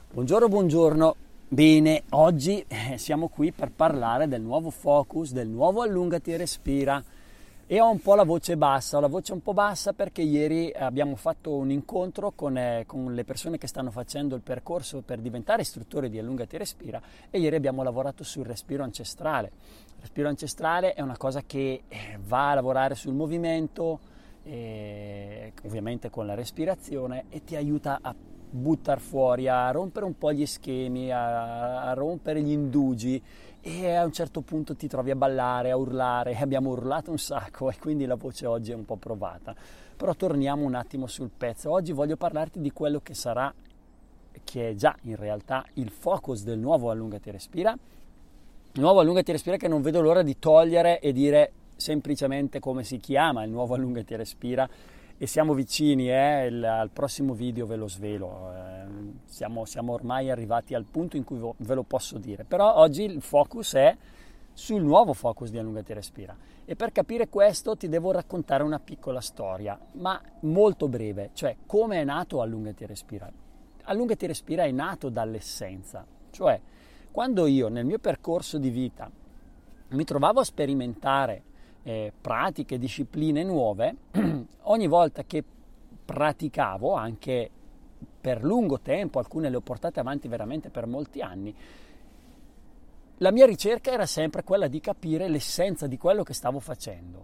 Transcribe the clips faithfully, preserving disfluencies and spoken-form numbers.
Buongiorno, buongiorno. Bene, oggi eh, siamo qui per parlare del nuovo focus, del nuovo allungati e respira. E ho un po' la voce bassa, ho la voce un po' bassa perché ieri abbiamo fatto un incontro con, eh, con le persone che stanno facendo il percorso per diventare istruttori di allungati e respira e ieri abbiamo lavorato sul respiro ancestrale. Il respiro ancestrale è una cosa che eh, va a lavorare sul movimento, eh, ovviamente con la respirazione, e ti aiuta a buttare fuori, a rompere un po' gli schemi, a, a rompere gli indugi, e a un certo punto ti trovi a ballare, a urlare. Abbiamo urlato un sacco e quindi la voce oggi è un po' provata, però torniamo un attimo sul pezzo. Oggi voglio parlarti di quello che sarà, che è già in realtà il focus del nuovo allungati e respira, il nuovo allungati e respira che non vedo l'ora di togliere e dire semplicemente come si chiama il nuovo allungati e respira. E siamo vicini, eh? il, al prossimo video ve lo svelo, eh, siamo, siamo ormai arrivati al punto in cui vo, ve lo posso dire, però oggi il focus è sul nuovo focus di allungati e respira, e per capire questo ti devo raccontare una piccola storia, ma molto breve, cioè come è nato allungati e respira. Allungati e respira è nato dall'essenza, cioè quando io nel mio percorso di vita mi trovavo a sperimentare Eh, pratiche, discipline nuove, ogni volta che praticavo, anche per lungo tempo, alcune le ho portate avanti veramente per molti anni, la mia ricerca era sempre quella di capire l'essenza di quello che stavo facendo.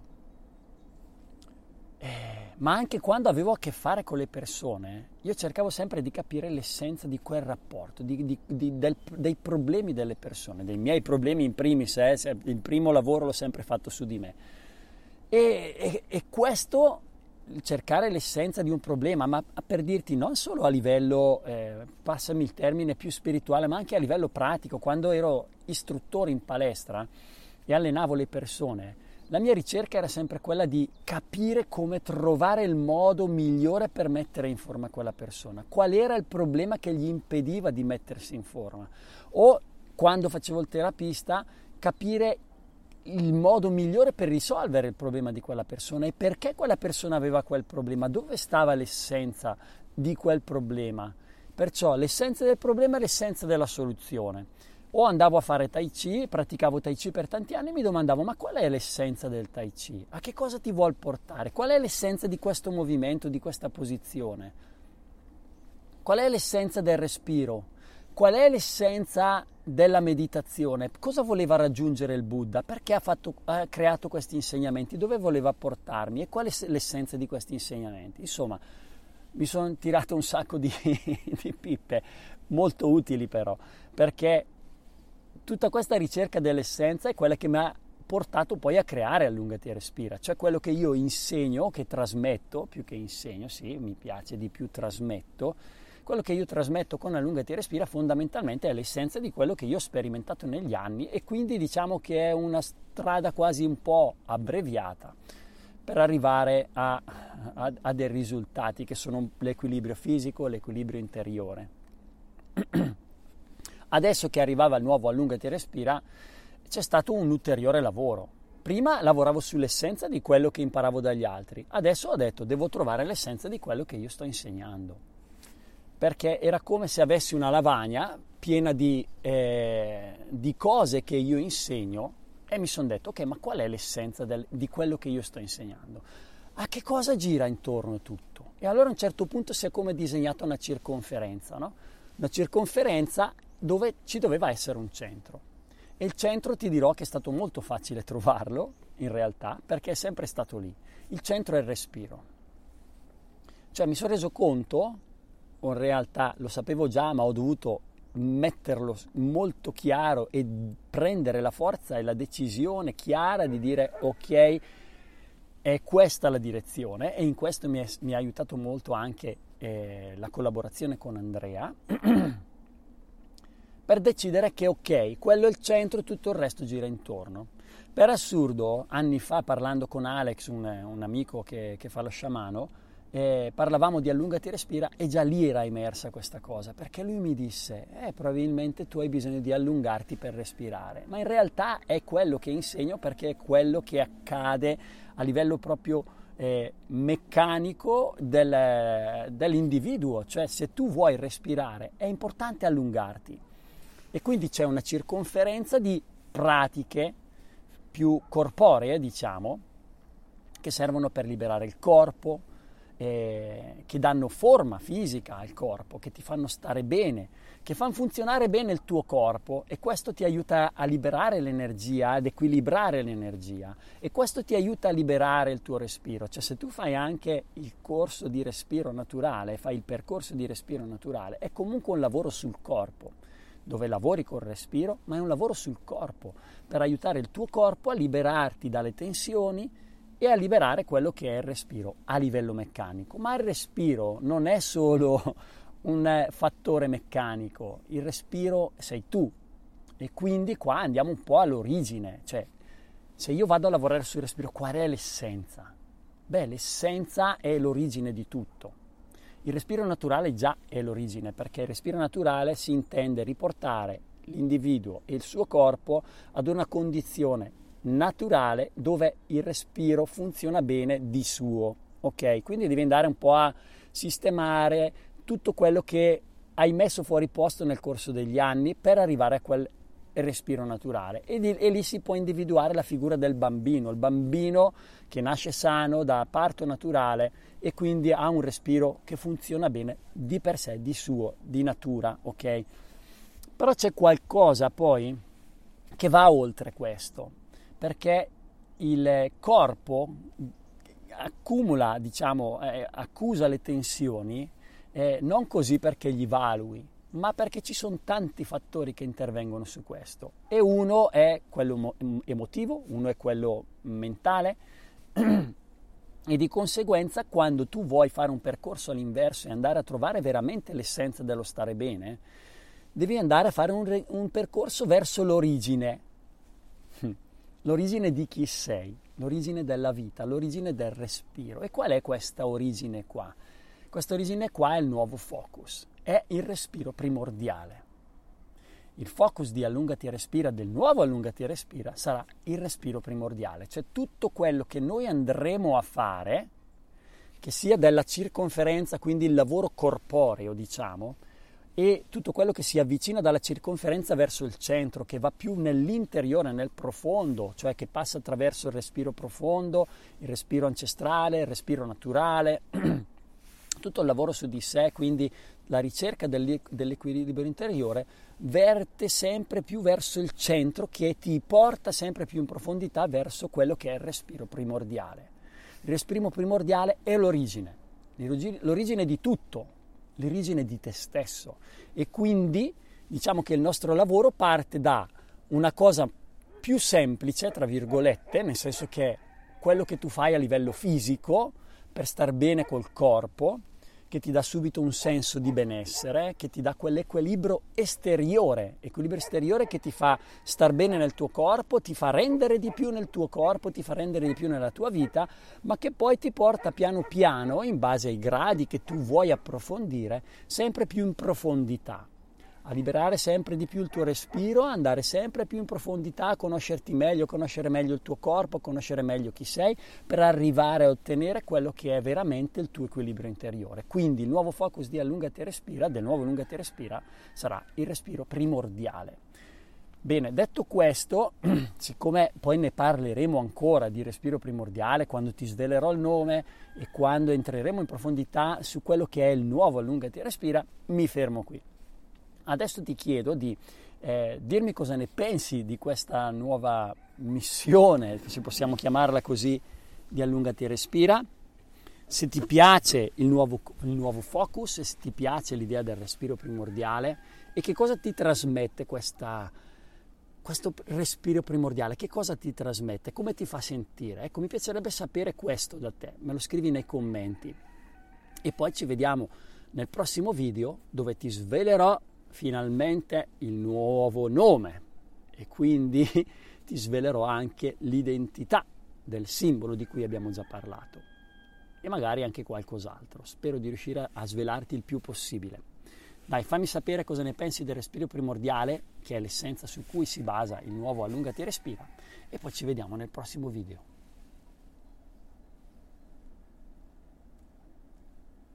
Eh, ma anche quando avevo a che fare con le persone, io cercavo sempre di capire l'essenza di quel rapporto, di, di, di, del, dei problemi delle persone, dei miei problemi in primis, eh, il primo lavoro l'ho sempre fatto su di me. E, e, e questo, cercare l'essenza di un problema, ma per dirti non solo a livello, eh, passami il termine, più spirituale, ma anche a livello pratico. Quando ero istruttore in palestra e allenavo le persone, la mia ricerca era sempre quella di capire come trovare il modo migliore per mettere in forma quella persona, qual era il problema che gli impediva di mettersi in forma, o quando facevo il terapista capire il modo migliore per risolvere il problema di quella persona e perché quella persona aveva quel problema, dove stava l'essenza di quel problema. Perciò l'essenza del problema è l'essenza della soluzione. O andavo a fare Tai Chi, praticavo Tai Chi per tanti anni e mi domandavo: ma qual è l'essenza del Tai Chi? A che cosa ti vuol portare? Qual è l'essenza di questo movimento, di questa posizione? Qual è l'essenza del respiro? Qual è l'essenza della meditazione? Cosa voleva raggiungere il Buddha? Perché ha, fatto, ha creato questi insegnamenti? Dove voleva portarmi? E qual è l'essenza di questi insegnamenti? Insomma, mi sono tirato un sacco di, di pippe, molto utili però, perché tutta questa ricerca dell'essenza è quella che mi ha portato poi a creare allungati e respira, cioè quello che io insegno, che trasmetto, più che insegno, sì, mi piace di più trasmetto, quello che io trasmetto con allungati e respira fondamentalmente è l'essenza di quello che io ho sperimentato negli anni, e quindi diciamo che è una strada quasi un po' abbreviata per arrivare a, a, a dei risultati che sono l'equilibrio fisico, l'equilibrio interiore. Adesso che arrivava il nuovo allungati e respira, c'è stato un ulteriore lavoro. Prima lavoravo sull'essenza di quello che imparavo dagli altri, adesso ho detto devo trovare l'essenza di quello che io sto insegnando, perché era come se avessi una lavagna piena di, eh, di cose che io insegno, e mi sono detto ok, ma qual è l'essenza del, di quello che io sto insegnando? A che cosa gira intorno tutto? E allora a un certo punto si è come disegnata una circonferenza, no? Una circonferenza dove ci doveva essere un centro, e il centro ti dirò che è stato molto facile trovarlo in realtà, perché è sempre stato lì. Il centro è il respiro, cioè mi sono reso conto, o in realtà lo sapevo già, ma ho dovuto metterlo molto chiaro e prendere la forza e la decisione chiara di dire ok, è questa la direzione, e in questo mi, è, mi ha aiutato molto anche eh, la collaborazione con Andrea per decidere che ok, quello è il centro, tutto il resto gira intorno. Per assurdo, anni fa, parlando con Alex, un, un amico che, che fa lo sciamano, eh, parlavamo di allungati e respira, e già lì era emersa questa cosa, perché lui mi disse eh, probabilmente tu hai bisogno di allungarti per respirare, ma in realtà è quello che insegno, perché è quello che accade a livello proprio eh, meccanico del, dell'individuo, cioè se tu vuoi respirare è importante allungarti e quindi c'è una circonferenza di pratiche più corporee, diciamo, che servono per liberare il corpo, eh, che danno forma fisica al corpo, che ti fanno stare bene, che fanno funzionare bene il tuo corpo e questo ti aiuta a liberare l'energia, ad equilibrare l'energia e questo ti aiuta a liberare il tuo respiro. Cioè se tu fai anche il corso di respiro naturale, fai il percorso di respiro naturale, è comunque un lavoro sul corpo, dove lavori col respiro, ma è un lavoro sul corpo, per aiutare il tuo corpo a liberarti dalle tensioni e a liberare quello che è il respiro a livello meccanico. Ma il respiro non è solo un fattore meccanico, il respiro sei tu e quindi qua andiamo un po' all'origine, cioè se io vado a lavorare sul respiro, qual è l'essenza? Beh, l'essenza è l'origine di tutto. Il respiro naturale già è l'origine, perché il respiro naturale si intende riportare l'individuo e il suo corpo ad una condizione naturale dove il respiro funziona bene di suo, ok? Quindi devi andare un po' a sistemare tutto quello che hai messo fuori posto nel corso degli anni per arrivare a quel respiro naturale e, di, e lì si può individuare la figura del bambino, il bambino che nasce sano da parto naturale e quindi ha un respiro che funziona bene di per sé, di suo, di natura, ok? Però c'è qualcosa poi che va oltre questo, perché il corpo accumula, diciamo, eh, accusa le tensioni eh, non così perché gli valui, ma perché ci sono tanti fattori che intervengono su questo e uno è quello emotivo, uno è quello mentale e di conseguenza quando tu vuoi fare un percorso all'inverso e andare a trovare veramente l'essenza dello stare bene, devi andare a fare un, un percorso verso l'origine. L'origine di chi sei, l'origine della vita, l'origine del respiro. E qual è questa origine qua? Questa origine qua è il nuovo focus, è il respiro primordiale. Il focus di allungati e respira, del nuovo allungati e respira, sarà il respiro primordiale, cioè tutto quello che noi andremo a fare, che sia della circonferenza, quindi il lavoro corporeo, diciamo, e tutto quello che si avvicina dalla circonferenza verso il centro, che va più nell'interiore, nel profondo, cioè che passa attraverso il respiro profondo, il respiro ancestrale, il respiro naturale, tutto il lavoro su di sé, quindi la ricerca dell'equilibrio interiore verte sempre più verso il centro che ti porta sempre più in profondità verso quello che è il respiro primordiale. Il respiro primordiale è l'origine, l'origine di tutto, l'origine di te stesso e quindi diciamo che il nostro lavoro parte da una cosa più semplice, tra virgolette, nel senso che quello che tu fai a livello fisico per star bene col corpo, che ti dà subito un senso di benessere, che ti dà quell'equilibrio esteriore, equilibrio esteriore che ti fa star bene nel tuo corpo, ti fa rendere di più nel tuo corpo, ti fa rendere di più nella tua vita, ma che poi ti porta piano piano, in base ai gradi che tu vuoi approfondire, sempre più in profondità, a liberare sempre di più il tuo respiro, andare sempre più in profondità, a conoscerti meglio, conoscere meglio il tuo corpo, conoscere meglio chi sei, per arrivare a ottenere quello che è veramente il tuo equilibrio interiore. Quindi il nuovo focus di allungati e respira, del nuovo allungati e respira, sarà il respiro primordiale. Bene, detto questo, siccome poi ne parleremo ancora di respiro primordiale quando ti svelerò il nome e quando entreremo in profondità su quello che è il nuovo allungati e respira, mi fermo qui. Adesso ti chiedo di eh, dirmi cosa ne pensi di questa nuova missione, se possiamo chiamarla così, di allungati e respira, se ti piace il nuovo, il nuovo focus, se ti piace l'idea del respiro primordiale e che cosa ti trasmette questa, questo respiro primordiale, che cosa ti trasmette, come ti fa sentire. Ecco, mi piacerebbe sapere questo da te, me lo scrivi nei commenti e poi ci vediamo nel prossimo video dove ti svelerò finalmente il nuovo nome e quindi ti svelerò anche l'identità del simbolo di cui abbiamo già parlato e magari anche qualcos'altro. Spero di riuscire a svelarti il più possibile. Dai, fammi sapere cosa ne pensi del respiro primordiale, che è l'essenza su cui si basa il nuovo allungati e respira, e poi ci vediamo nel prossimo video.